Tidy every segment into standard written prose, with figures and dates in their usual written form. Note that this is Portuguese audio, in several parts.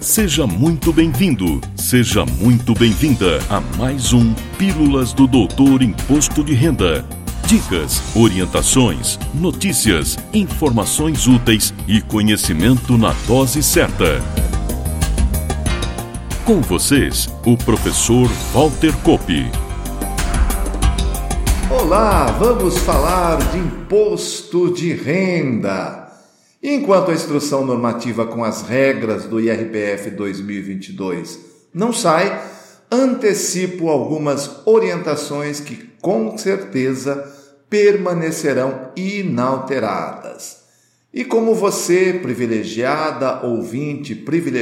Seja muito bem-vindo, seja muito bem-vinda a mais um Pílulas do Doutor Imposto de Renda. Dicas, orientações, notícias, informações úteis e conhecimento na dose certa. Com vocês, o professor Walter Coppi. Olá, vamos falar de imposto de renda. Enquanto a instrução normativa com as regras do IRPF 2022 não sai, antecipo algumas orientações que com certeza permanecerão inalteradas. E como você, privilegiado ouvinte,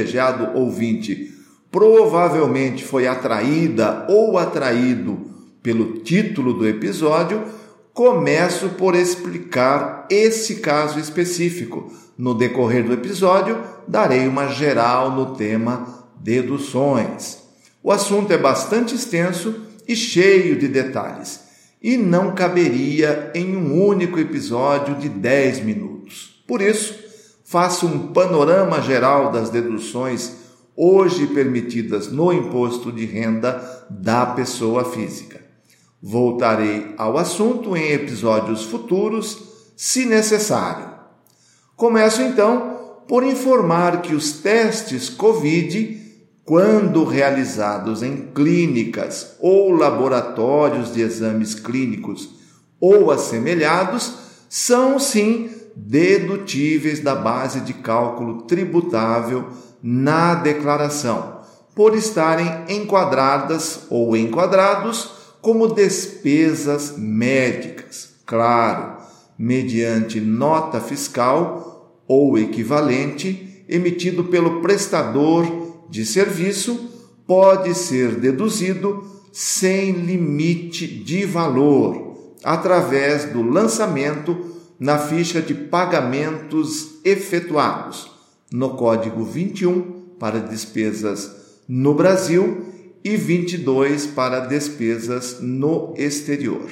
provavelmente foi atraída ou atraído pelo título do episódio, começo por explicar esse caso específico. No decorrer do episódio, darei uma geral no tema deduções. O assunto é bastante extenso e cheio de detalhes, e não caberia em um único episódio de 10 minutos. Por isso, faço um panorama geral das deduções hoje permitidas no imposto de renda da pessoa física. Voltarei ao assunto em episódios futuros, se necessário. Começo então por informar que os testes COVID, quando realizados em clínicas ou laboratórios de exames clínicos ou assemelhados, são sim dedutíveis da base de cálculo tributável na declaração, por estarem enquadradas ou enquadrados como despesas médicas, claro, mediante nota fiscal ou equivalente emitido pelo prestador de serviço, pode ser deduzido sem limite de valor, através do lançamento na ficha de pagamentos efetuados, no Código 21 para despesas no Brasil e 22 para despesas no exterior.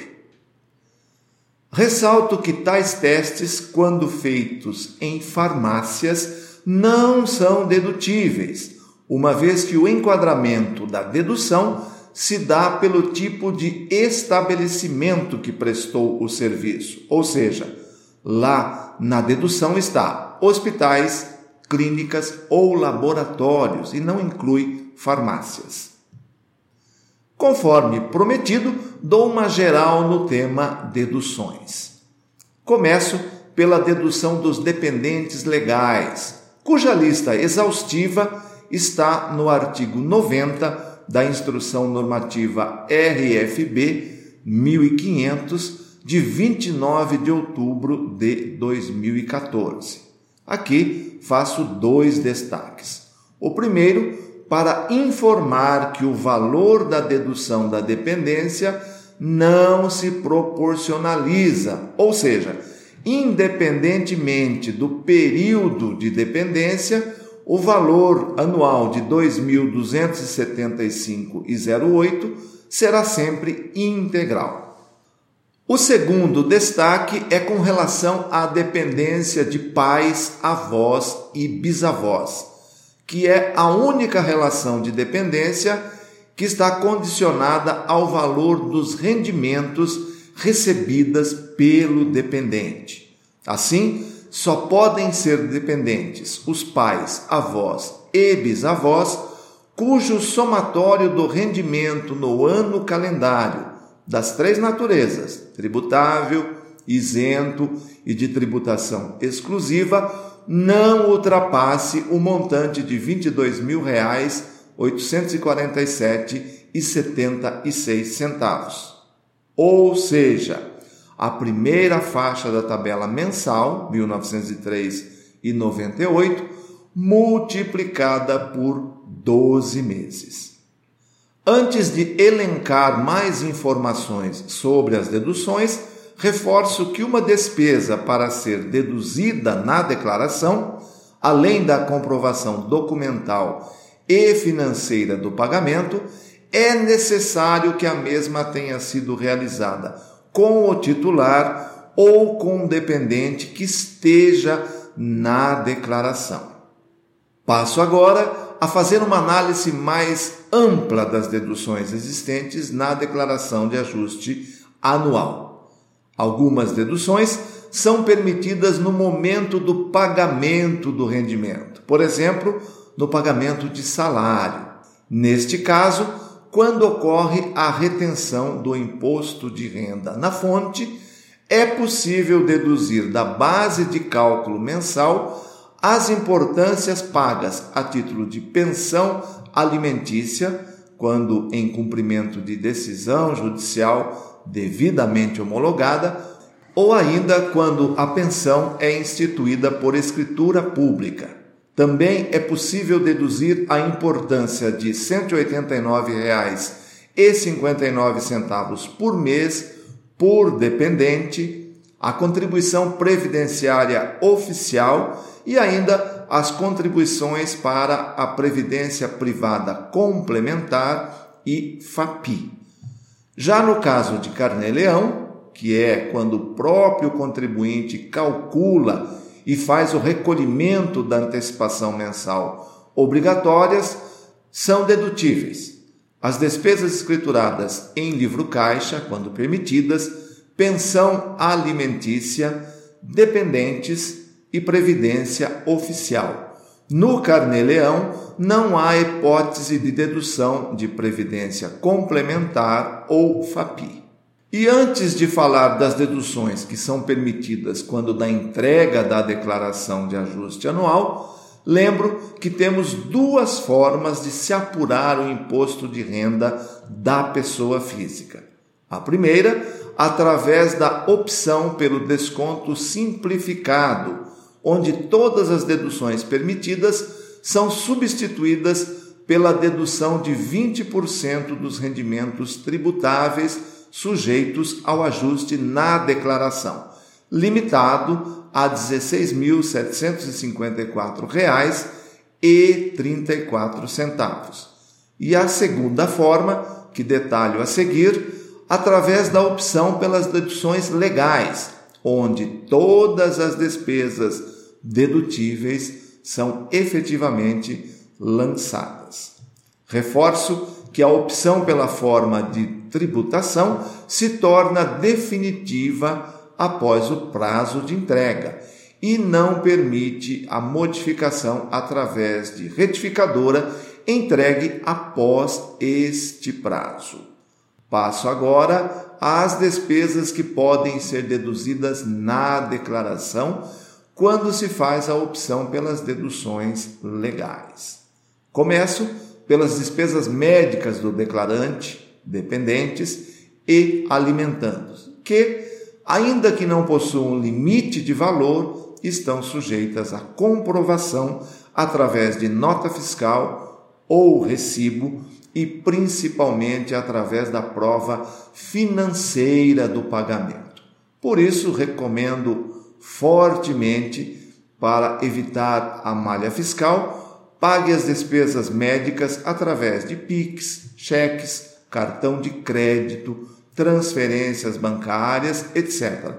Ressalto que tais testes, quando feitos em farmácias, não são dedutíveis, uma vez que o enquadramento da dedução se dá pelo tipo de estabelecimento que prestou o serviço, ou seja, lá na dedução está hospitais, clínicas ou laboratórios e não inclui farmácias. Conforme prometido, dou uma geral no tema deduções. Começo pela dedução dos dependentes legais, cuja lista exaustiva está no artigo 90 da Instrução Normativa RFB 1500, de 29 de outubro de 2014. Aqui faço 2 destaques. O primeiro, para informar que o valor da dedução da dependência não se proporcionaliza, ou seja, independentemente do período de dependência, o valor anual de R$ 2.275,08 será sempre integral. O segundo destaque é com relação à dependência de pais, avós e bisavós, que é a única relação de dependência que está condicionada ao valor dos rendimentos recebidas pelo dependente. Assim, só podem ser dependentes os pais, avós e bisavós, cujo somatório do rendimento no ano calendário das 3 naturezas, tributável, isento e de tributação exclusiva, não ultrapasse o montante de R$ 22.847,76. Ou seja, a primeira faixa da tabela mensal, R$ 1.903,98, multiplicada por 12 meses. Antes de elencar mais informações sobre as deduções, reforço que uma despesa para ser deduzida na declaração, além da comprovação documental e financeira do pagamento, é necessário que a mesma tenha sido realizada com o titular ou com o dependente que esteja na declaração. Passo agora a fazer uma análise mais ampla das deduções existentes na declaração de ajuste anual. Algumas deduções são permitidas no momento do pagamento do rendimento, por exemplo, no pagamento de salário. Neste caso, quando ocorre a retenção do imposto de renda na fonte, é possível deduzir da base de cálculo mensal as importâncias pagas a título de pensão alimentícia, quando em cumprimento de decisão judicial devidamente homologada, ou ainda quando a pensão é instituída por escritura pública. Também é possível deduzir a importância de R$ 189,59 por mês por dependente, a contribuição previdenciária oficial e ainda as contribuições para a Previdência Privada Complementar e FAPI. Já no caso de Carnê-Leão, que é quando o próprio contribuinte calcula e faz o recolhimento da antecipação mensal obrigatórias, são dedutíveis as despesas escrituradas em livro caixa, quando permitidas, pensão alimentícia, dependentes e previdência oficial. No Carnê-Leão, não há hipótese de dedução de previdência complementar ou FAPI. E antes de falar das deduções que são permitidas quando da entrega da declaração de ajuste anual, lembro que temos duas formas de se apurar o imposto de renda da pessoa física. A primeira, através da opção pelo desconto simplificado, onde todas as deduções permitidas são substituídas pela dedução de 20% dos rendimentos tributáveis sujeitos ao ajuste na declaração, limitado a R$ 16.754,34. E a segunda forma, que detalho a seguir, através da opção pelas deduções legais, onde todas as despesas dedutíveis são efetivamente lançadas. Reforço que a opção pela forma de tributação se torna definitiva após o prazo de entrega e não permite a modificação através de retificadora entregue após este prazo. Passo agora às despesas que podem ser deduzidas na declaração quando se faz a opção pelas deduções legais. Começo pelas despesas médicas do declarante, dependentes e alimentandos, que, ainda que não possuam limite de valor, estão sujeitas à comprovação através de nota fiscal ou recibo e principalmente através da prova financeira do pagamento. Por isso, recomendo fortemente, para evitar a malha fiscal, pague as despesas médicas através de PIX, cheques, cartão de crédito, transferências bancárias, etc.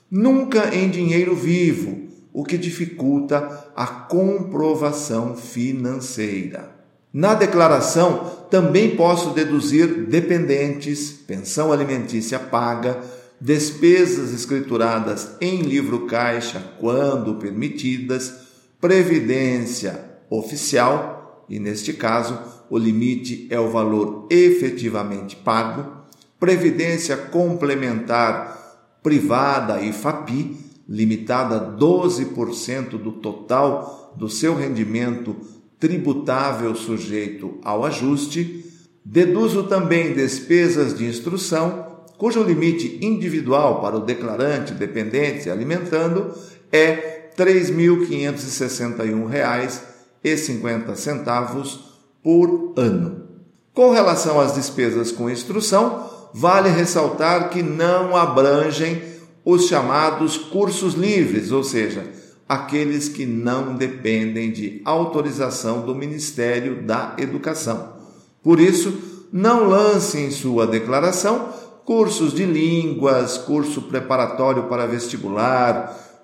Nunca em dinheiro vivo, o que dificulta a comprovação financeira. Na declaração, também posso deduzir dependentes, pensão alimentícia paga, despesas escrituradas em livro caixa, quando permitidas, previdência oficial, e neste caso o limite é o valor efetivamente pago, previdência complementar privada e FAPI, limitada a 12% do total do seu rendimento tributável sujeito ao ajuste. Deduzo também despesas de instrução, cujo limite individual para o declarante, dependente e alimentando é R$ 3.561,50 por ano. Com relação às despesas com instrução, vale ressaltar que não abrangem os chamados cursos livres, ou seja, aqueles que não dependem de autorização do Ministério da Educação. Por isso, não lance em sua declaração cursos de línguas, curso preparatório para vestibular,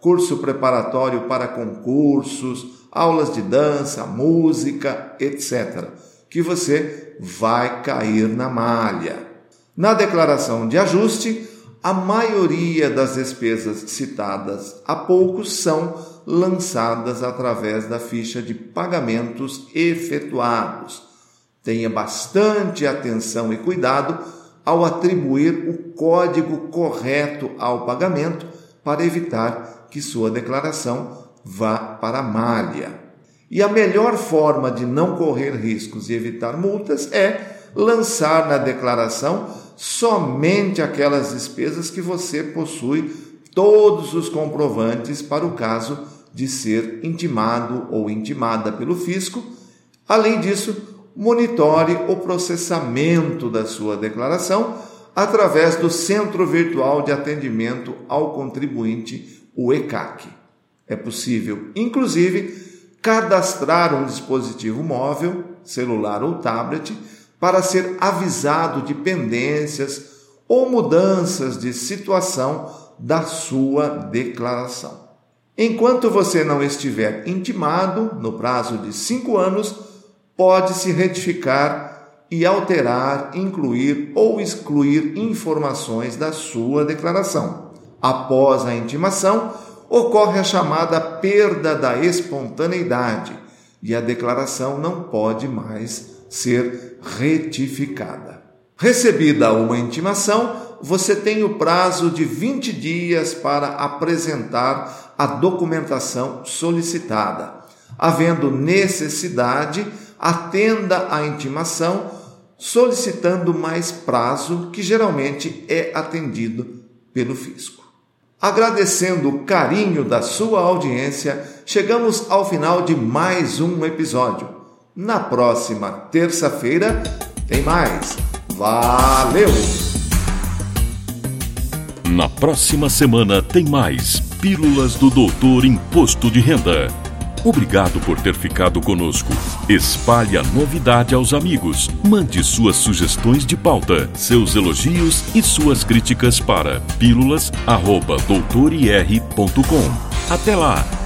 curso preparatório para concursos, aulas de dança, música, etc., que você vai cair na malha. Na declaração de ajuste, a maioria das despesas citadas há pouco são lançadas através da ficha de pagamentos efetuados. Tenha bastante atenção e cuidado ao atribuir o código correto ao pagamento para evitar que sua declaração vá para a malha. E a melhor forma de não correr riscos e evitar multas é lançar na declaração somente aquelas despesas que você possui todos os comprovantes para o caso de ser intimado ou intimada pelo fisco. Além disso, monitore o processamento da sua declaração através do Centro Virtual de Atendimento ao Contribuinte, o ECAC. É possível, inclusive, cadastrar um dispositivo móvel, celular ou tablet, para ser avisado de pendências ou mudanças de situação da sua declaração. Enquanto você não estiver intimado, no prazo de 5 anos, pode-se retificar e alterar, incluir ou excluir informações da sua declaração. Após a intimação, ocorre a chamada perda da espontaneidade e a declaração não pode mais ser retificada. Recebida uma intimação, você tem o prazo de 20 dias para apresentar a documentação solicitada. Havendo necessidade, atenda à intimação solicitando mais prazo, que geralmente é atendido pelo fisco. Agradecendo o carinho da sua audiência, chegamos ao final de mais um episódio. Na próxima terça-feira tem mais. Valeu! Na próxima semana tem mais Pílulas do Doutor Imposto de Renda. Obrigado por ter ficado conosco. Espalhe a novidade aos amigos. Mande suas sugestões de pauta, seus elogios e suas críticas para pílulas@doutorir.com. Até lá!